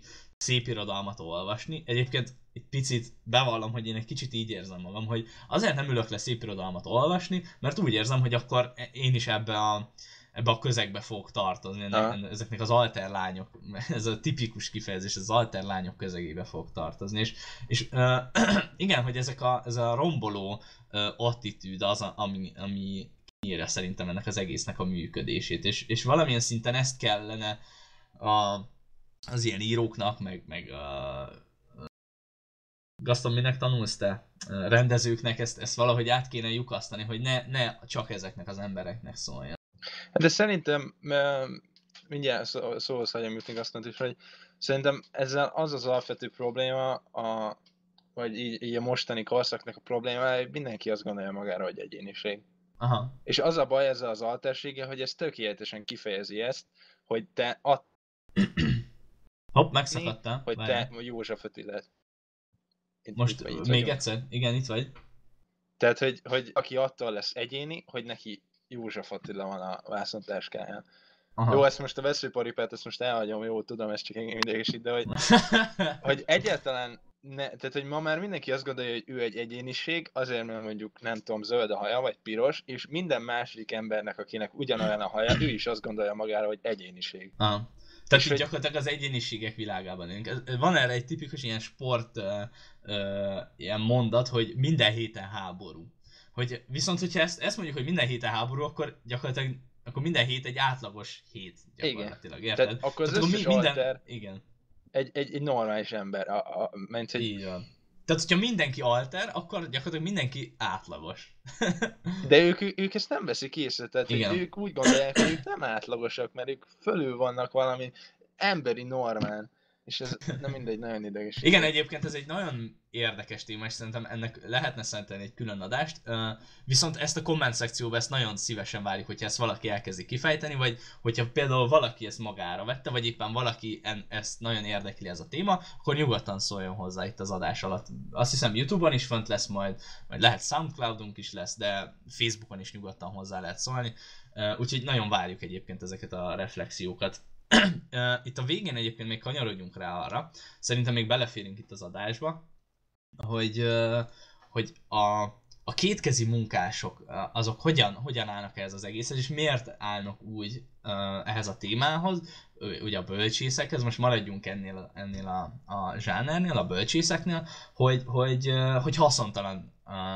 S1: szép irodalmat olvasni. Egyébként egy picit bevallom, hogy én egy kicsit így érzem magam, hogy azért nem ülök le szép irodalmat olvasni, mert úgy érzem, hogy akkor én is ebbe a közegbe fogok tartozni, ezeknek az alterlányok, ez a tipikus kifejezés, az alterlányok közegébe fogok tartozni, és igen, hogy ez a romboló attitűd az, ami kiírja szerintem ennek az egésznek a működését, és valamilyen szinten ezt kellene az ilyen íróknak, meg Gaston, minek tanulsz te? Rendezőknek ezt valahogy át kéne lyukasztani, hogy ne csak ezeknek az embereknek szóljon.
S2: De szerintem, mindjárt szóhoz hagyom jutni Gastont is, hogy szerintem ezzel az alapvető probléma, vagy így a mostani korszaknak a probléma, hogy mindenki azt gondolja magára, hogy egyéniség.
S1: Aha.
S2: És az a baj ezzel az alterséggel, hogy ez tökéletesen kifejezi ezt, hogy te
S1: Hopp, megszakadtál.
S2: Hogy te József Attilát.
S1: Most itt még egyszer? Igen, itt vagy.
S2: Tehát, hogy aki attól lesz egyéni, hogy neki József Attila van a vászontáskáján. Aha. Jó, ezt most a veszőparipát, ezt most elhagyom, jó, tudom, ez csak engem idegesít, de hogy egyáltalán tehát, hogy ma már mindenki azt gondolja, hogy ő egy egyéniség, azért, mert mondjuk nem tudom, zöld a haja, vagy piros, és minden másik embernek, akinek ugyanolyan a haja, ő is azt gondolja magára, hogy egyéniség.
S1: Aha. Tehát így gyakorlatilag az egyéniségek világában élünk. Van erre egy tipikus ilyen sport ilyen mondat, hogy minden héten háború. Hogy viszont, hogyha ezt mondjuk, hogy minden héten háború, akkor gyakorlatilag minden hét egy átlagos hét gyakorlatilag, érted?
S2: Tehát akkor az összes alter
S1: igen.
S2: Egy normális ember.
S1: Így van. Tehát, hogyha mindenki alter, akkor gyakorlatilag mindenki átlagos.
S2: De ők ezt nem veszik észre, tehát ők úgy gondolják, hogy ők nem átlagosak, mert ők fölül vannak valami emberi normán. És ez nem mindegy, nagyon ideges.
S1: Igen, egyébként ez egy nagyon érdekes téma, és szerintem ennek lehetne szentelni egy külön adást. Viszont ezt a komment szekcióban ezt nagyon szívesen várjuk, hogyha ezt valaki elkezdi kifejteni, vagy hogyha például valaki ezt magára vette, vagy éppen valaki ezt nagyon érdekli ez a téma, akkor nyugodtan szóljon hozzá itt az adás alatt. Azt hiszem YouTube-on is fönt lesz majd lehet Soundcloudunk is lesz, de Facebookon is nyugodtan hozzá lehet szólni. Úgyhogy nagyon várjuk egyébként ezeket a reflexiókat. Itt a végén egyébként még kanyarodjunk rá arra, szerintem még beleférünk itt az adásba, hogy a kétkezi munkások, azok hogyan állnak ehhez az egészhez, és miért állnak úgy ehhez a témához, ugye a bölcsészekhez, most maradjunk ennél a zsánernél, a bölcsészeknél, hogy haszontalan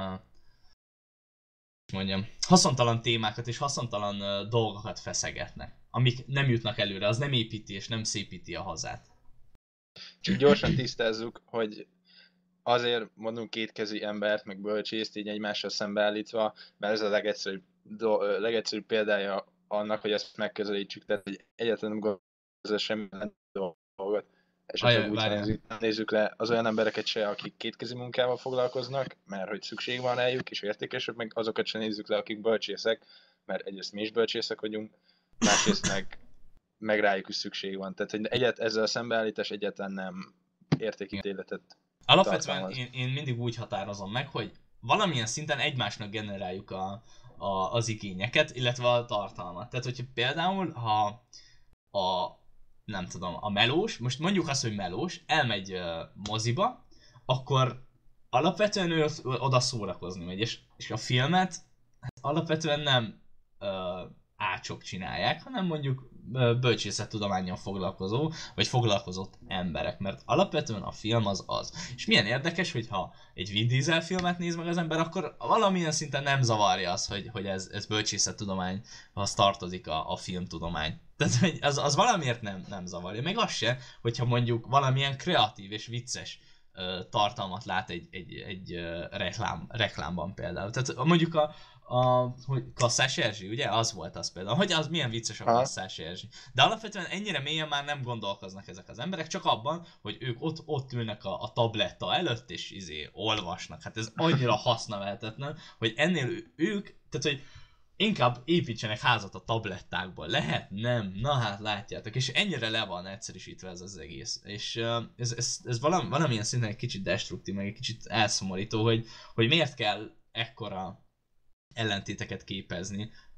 S1: haszontalan témákat és haszontalan dolgokat feszegetnek, amik nem jutnak előre, az nem építi és nem szépíti a hazát.
S2: Csak gyorsan tisztázzuk, hogy azért mondunk kétkezi embert, meg bölcsészt így egymással szembeállítva, mert ez a legegyszerűbb példája annak, hogy ezt megközelítsük, tehát hogy egyáltalán nem gondolja semmi dolgot. Esetleg úgy nézzük le az olyan embereket se, akik kétkezi munkával foglalkoznak, mert hogy szükség van rájuk, és értékesek, meg azokat se nézzük le, akik bölcsészek, mert egyrészt mi is bölcsészek vagyunk, másrészt meg rájuk is szükség van. Tehát hogy ezzel a szembeállítás egyáltalán nem értékítéletet
S1: alapvetően én mindig úgy határozom meg, hogy valamilyen szinten egymásnak generáljuk az igényeket, illetve a tartalmat. Tehát, hogyha például, ha nem tudom, a melós, most mondjuk azt, hogy melós, elmegy moziba, akkor alapvetően ő oda szórakozni megy, és a filmet alapvetően nem ácsok csinálják, hanem mondjuk bölcsészettudománnyal foglalkozó, vagy foglalkozott emberek, mert alapvetően a film az. És milyen érdekes, hogyha egy Vin Diesel filmet néz meg az ember, akkor valamilyen szinten nem zavarja az, hogy ez bölcsészettudományhoz tartozik a filmtudomány. Tehát az valamiért nem zavarja. Meg az se, hogyha mondjuk valamilyen kreatív és vicces tartalmat lát egy reklámban például. Tehát mondjuk hogy Kasszás Erzsi, ugye? Az volt az például. Hogy az milyen vicces a Kasszás Erzsi. De alapvetően ennyire mélyen már nem gondolkoznak ezek az emberek, csak abban, hogy ők ott ülnek a tabletta előtt, és olvasnak. Hát ez annyira hasznavehetetlen, hogy ennél ők, tehát hogy inkább építsenek házat a tablettákból. Lehet? Nem. Na hát látjátok. És ennyire le van egyszerűsítve ez az egész. És ez valamilyen szinten egy kicsit destruktív, meg egy kicsit elszomorító, hogy miért kell ekkora ellentéteket képezni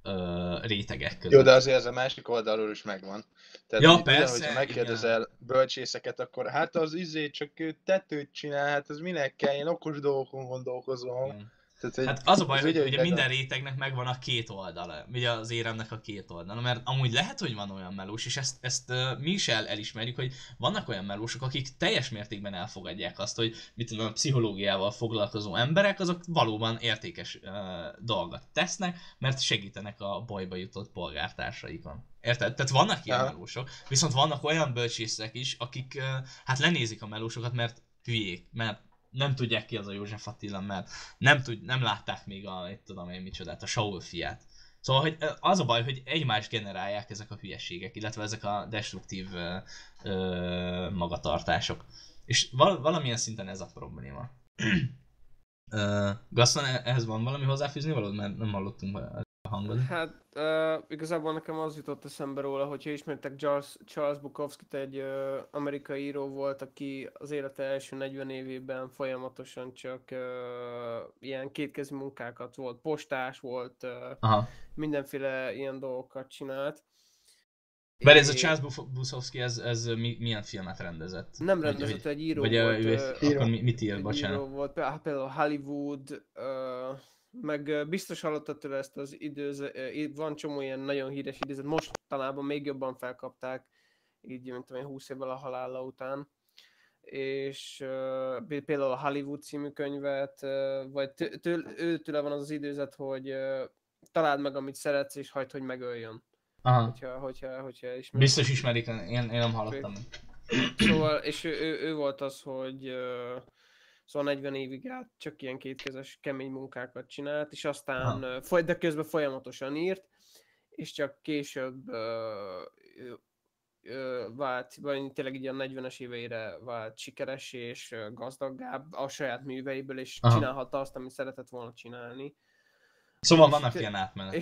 S1: rétegek között.
S2: Jó, de azért ez a másik oldalról is megvan. Tehát
S1: Ja,
S2: ugyanúgy,
S1: persze,
S2: hogyha megkérdezel bölcsészeket, akkor hát az csak ő tetőt csinál, hát az minek kell, én okos dolgokon gondolkozom.
S1: Igen.
S2: Tehát, hogy
S1: Hát az a baj,
S2: ez
S1: hogy
S2: úgy
S1: ugye minden rétegnek megvan a két oldala, ugye az éremnek a két oldala, mert amúgy lehet, hogy van olyan melós, és ezt mi is elismerjük, hogy vannak olyan melósok, akik teljes mértékben elfogadják azt, hogy mit tudom, a pszichológiával foglalkozó emberek, azok valóban értékes dolgot tesznek, mert segítenek a bajba jutott polgártársaikon. Érted? Tehát vannak ilyen melósok, viszont vannak olyan bölcsészek is, akik hát lenézik a melósokat, mert hülyék, mert nem tudják ki az a József Attila, mert nem látták még mit tudom én micsodát, a Saul fiát. Szóval hogy az a baj, hogy egymást generálják ezek a hülyeségek, illetve ezek a destruktív magatartások. És valamilyen szinten ez a probléma. Gaston, ehhez van valami hozzáfűzni valód? Mert nem hallottunk a hangod.
S3: Hát igazából nekem az jutott eszembe róla, hogyha ismertek Charles Bukowskit, egy amerikai író volt, aki az élete első 40 évében folyamatosan csak ilyen kétkezi munkákat volt, postás volt, mindenféle ilyen dolgokat csinált.
S1: Bár ez a Charles Bukowski, ez milyen filmet rendezett?
S3: Nem rendezett, egy író
S1: vagy
S3: volt.
S1: Akkor mit ír, bocsánat?
S3: Író volt, például Hollywood, meg biztos hallottad tőle ezt az van csomó ilyen nagyon híres idézet, mostanában még jobban felkapták, így mint tudom én 20 évvel a halála után. És például a Hollywood című könyvet, vagy őtőle van az idézet, hogy találd meg, amit szeretsz, és hagyd, hogy megöljön.
S1: Aha.
S3: Hogyha ismerik.
S1: Biztos ismerik, én nem hallottam.
S3: Szóval, és ő volt az, hogy szóval 40 évig át csak ilyen kétkezes kemény munkákat csinált, és aztán, de közben folyamatosan írt, és csak később vált, vagy tényleg így a 40-es éveire vált sikeres és gazdaggább a saját műveiből, és csinálhatta azt, amit szeretett volna csinálni.
S1: Szóval vannak ilyen átmenetek.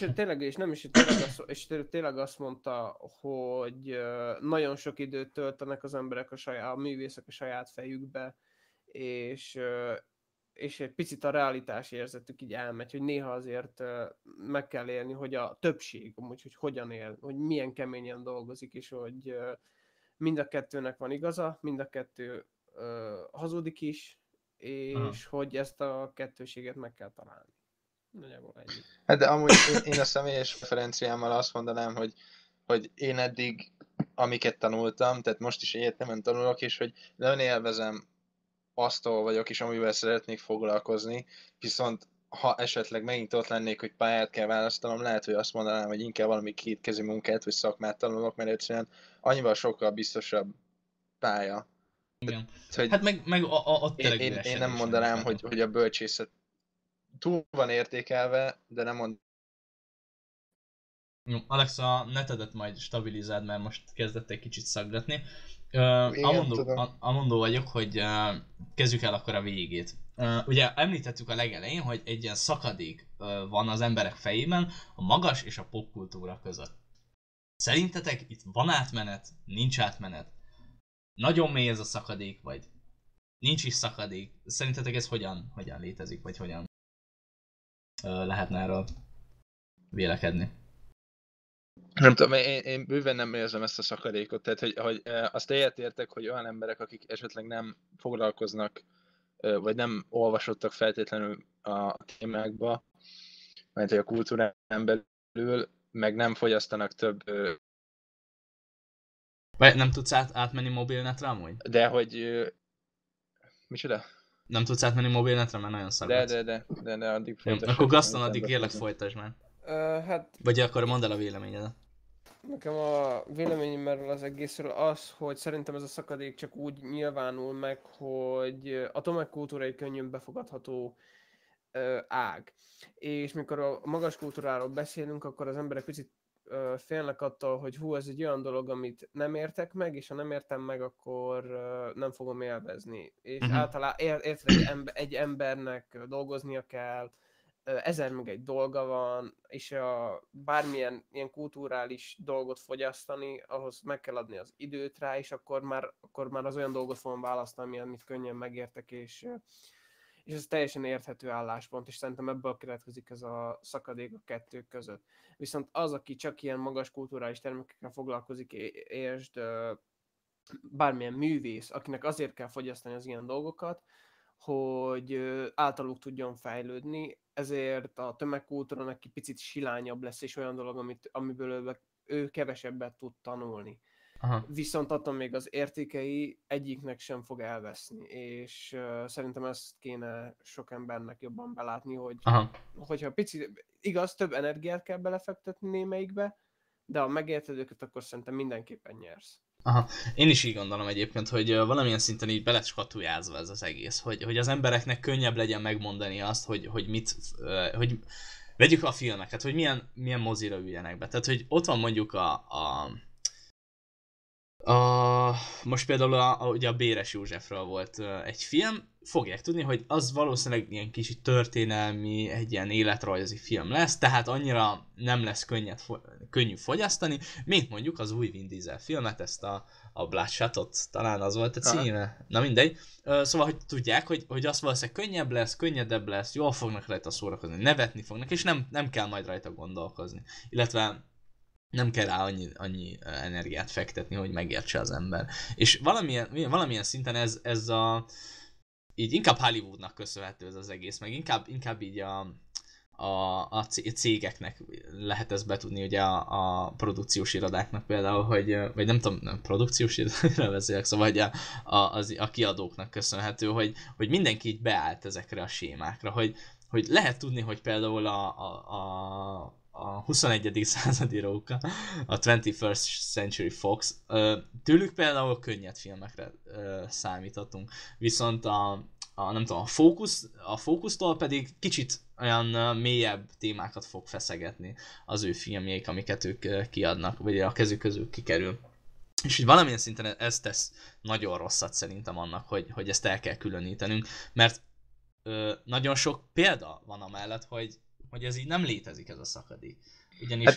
S3: És tényleg azt mondta, hogy nagyon sok időt töltenek az emberek a művészek a saját fejükbe, és egy picit a realitás érzetük így elmegy, hogy néha azért meg kell élni, hogy a többség, amúgy, hogy hogyan él, hogy milyen keményen dolgozik, és hogy mind a kettőnek van igaza, mind a kettő hazudik is, és hogy ezt a kettőséget meg kell találni. Nagyjából ennyi.
S2: Hát de amúgy én a személyes referenciámmal azt mondanám, hogy én eddig, amiket tanultam, tehát most is egyetemen tanulok, és hogy nagyon élvezem azt, vagyok is, amivel szeretnék foglalkozni, viszont ha esetleg megint ott lennék, hogy pályát kell választanom, lehet, hogy azt mondanám, hogy inkább valami kétkezi munkát vagy szakmát tanulok, mert egyszerűen annyival sokkal biztosabb pálya.
S1: Igen.
S2: Tehát,
S1: hát meg ott
S2: én nem mondanám, hogy a bölcsészet túl van értékelve, de nem mond.
S1: Alexa, netedet majd stabilizáld, mert most kezdett egy kicsit szaggatni. Amondó vagyok, hogy kezdjük el akkor a végét. Ugye említettük a legelején, hogy egy ilyen szakadék van az emberek fejében a magas és a popkultúra között. Szerintetek itt van átmenet, nincs átmenet? Nagyon mély ez a szakadék, vagy nincs is szakadék? Szerintetek ez hogyan létezik, vagy hogyan lehetne erről vélekedni?
S2: Nem tudom, én bőven nem érzem ezt a szakadékot, tehát hogy azt értek, hogy olyan emberek, akik esetleg nem foglalkoznak, vagy nem olvasottak feltétlenül a témákba, mert hogy a kultúrán belül, meg nem fogyasztanak több...
S1: Vagy nem tudsz átmenni mobilnetre amúgy?
S2: De hogy... Micsoda?
S1: Nem tudsz átmenni mobilnetre, mert nagyon szaggatsz.
S2: De addig folytasd.
S1: Akkor Gaston, addig kérlek folytasd már.
S3: Hát...
S1: Vagy akkor mondd el a véleményedet.
S3: Nekem a véleményem erről az egészről az, hogy szerintem ez a szakadék csak úgy nyilvánul meg, hogy a tömegkultúra egy könnyen befogadható ág. És mikor a magas kultúráról beszélünk, akkor az emberek picit félnek attól, hogy ez egy olyan dolog, amit nem értek meg, és ha nem értem meg, akkor nem fogom élvezni. És általában egy embernek dolgoznia kell, 1000 meg egy dolga van, és bármilyen ilyen kulturális dolgot fogyasztani, ahhoz meg kell adni az időt rá, és akkor már az olyan dolgot fogom választani, amit könnyen megértek, és és ez teljesen érthető álláspont, és szerintem ebből keletkezik ez a szakadék a kettő között. Viszont az, aki csak ilyen magas kulturális termékekkel foglalkozik, és bármilyen művész, akinek azért kell fogyasztani az ilyen dolgokat, hogy általuk tudjon fejlődni, ezért a tömegkultúra neki picit silányabb lesz, és olyan dolog, amiből ő kevesebbet tud tanulni.
S1: Aha.
S3: Viszont attól még az értékei egyiknek sem fog elveszni, és szerintem ezt kéne sok embernek jobban belátni, hogyha picit, igaz, több energiát kell belefektetni némelyikbe, de ha megérted őket, akkor szerintem mindenképpen nyersz.
S1: Aha. Én is így gondolom egyébként, hogy valamilyen szinten így belet skatujázva ez az egész, hogy az embereknek könnyebb legyen megmondani azt, hogy mit, hogy vegyük a filmeket, hogy milyen mozira üljenek be. Tehát, hogy ott van mondjuk most például ugye a Béres Józsefről volt egy film, fogják tudni, hogy az valószínűleg ilyen kicsit történelmi, egy ilyen életrajzi film lesz, tehát annyira nem lesz könnyű fogyasztani, mint mondjuk az új Vin Diesel filmet, ezt a Bloodshot-ot, talán az volt a címe, na mindegy. Szóval, hogy tudják, hogy az valószínűleg könnyebb lesz, könnyedebb lesz, jól fognak rajta szórakozni, nevetni fognak, és nem kell majd rajta gondolkozni. Illetve nem kell rá annyi energiát fektetni, hogy megértse az ember. És valamilyen szinten ez így inkább Hollywoodnak köszönhető ez az egész, meg inkább így a cégeknek lehet ezt betudni, ugye a produkciós irodáknak például, vagy nem tudom, produkciós irodákra beszélek, szóval a kiadóknak köszönhető, hogy mindenki így beállt ezekre a sémákra, hogy lehet tudni, hogy például a 21. századi róka, a 21st Century Fox, tőlük például könnyed filmekre számíthatunk, viszont nem tudom, a fókusztól pedig kicsit olyan mélyebb témákat fog feszegetni az ő filmjeik, amiket ők kiadnak, vagy a kezük közül kikerül. És így valamilyen szinten ez tesz nagyon rosszat szerintem annak, hogy ezt el kell különítenünk, mert nagyon sok példa van amellett, hogy ez így nem létezik, ez a szakadék. Ugyanis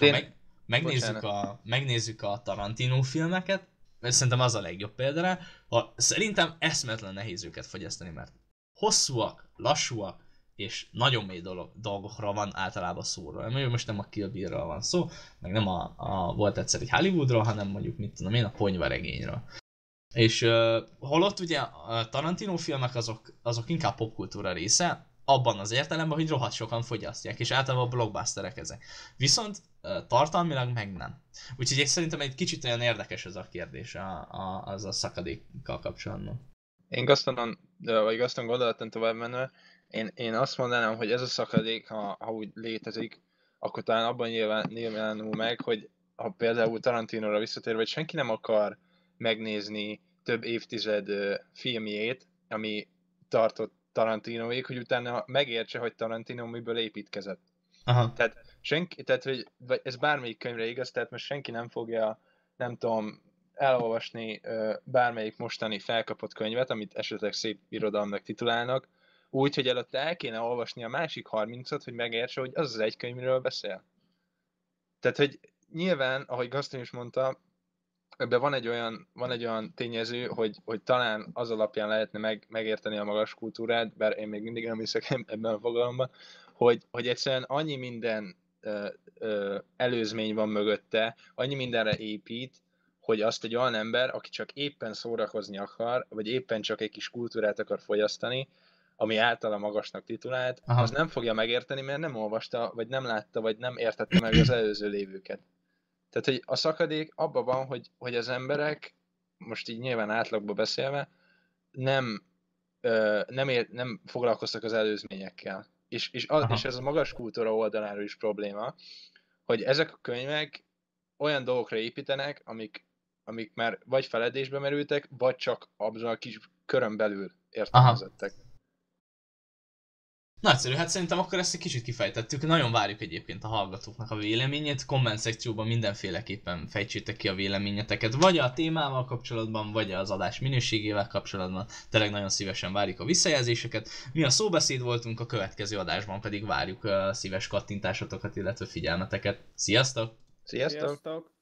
S1: ha megnézzük a Tarantino filmeket, szerintem az a legjobb példára, szerintem eszméletlen nehéz őket fogyasztani, mert hosszúak, lassúak, és nagyon mély dolgokra van általában szóra. Most nem a Kill Bill-ről van szó, meg nem volt egyszer egy Hollywoodról, hanem mondjuk, mit tudom én, a ponyvaregényről. És holott ugye a Tarantino filmek azok inkább popkultúra része, abban az értelemben, hogy rohadt sokan fogyasztják, és általában blockbusterek ezek. Viszont tartalmilag meg nem. Úgyhogy szerintem egy kicsit olyan érdekes ez a kérdés az a szakadékkal kapcsolatban.
S2: Én Gastonon gondolaton tovább menve, én azt mondanám, hogy ez a szakadék, ha úgy létezik, akkor talán abban nyilvánul meg, hogy ha például Tarantinóra visszatérve, hogy senki nem akar megnézni több évtized filmjét, ami tartott Tarantinoék, hogy utána megértse, hogy Tarantino miből építkezett.
S1: Aha.
S2: Tehát, hogy ez bármelyik könyvre igaz, tehát most senki nem fogja, nem tudom, elolvasni bármelyik mostani felkapott könyvet, amit esetleg szép irodalomnak titulálnak, úgy, hogy előtte el kéne olvasni a másik 30-at, hogy megértse, hogy az egy könyvről beszél. Tehát, hogy nyilván, ahogy Gaston is mondta, ebben van egy olyan tényező, hogy talán az alapján lehetne megérteni a magas kultúrát, bár én még mindig nem hiszek ebben a fogalomban, hogy egyszerűen annyi minden előzmény van mögötte, annyi mindenre épít, hogy azt egy olyan ember, aki csak éppen szórakozni akar, vagy éppen csak egy kis kultúrát akar fogyasztani, ami általa magasnak titulált, az nem fogja megérteni, mert nem olvasta, vagy nem látta, vagy nem értette meg az előző lévőket. Tehát, hogy a szakadék abban van, hogy az emberek, most így nyilván átlagban beszélve, nem foglalkoztak az előzményekkel. És ez a magas kultúra oldaláról is probléma, hogy ezek a könyvek olyan dolgokra építenek, amik már vagy feledésbe merültek, vagy csak abban a kis körön belül értelmezettek.
S1: Nagyszerű, hát szerintem akkor ezt egy kicsit kifejtettük. Nagyon várjuk egyébként a hallgatóknak a véleményét. Komment szekcióban mindenféleképpen fejtsétek ki a véleményeteket, vagy a témával kapcsolatban, vagy az adás minőségével kapcsolatban. Tényleg nagyon szívesen várjuk a visszajelzéseket. Mi a Szóbeszéd voltunk, a következő adásban pedig várjuk a szíves kattintásotokat, illetve figyelmeteket. Sziasztok!
S2: Sziasztok!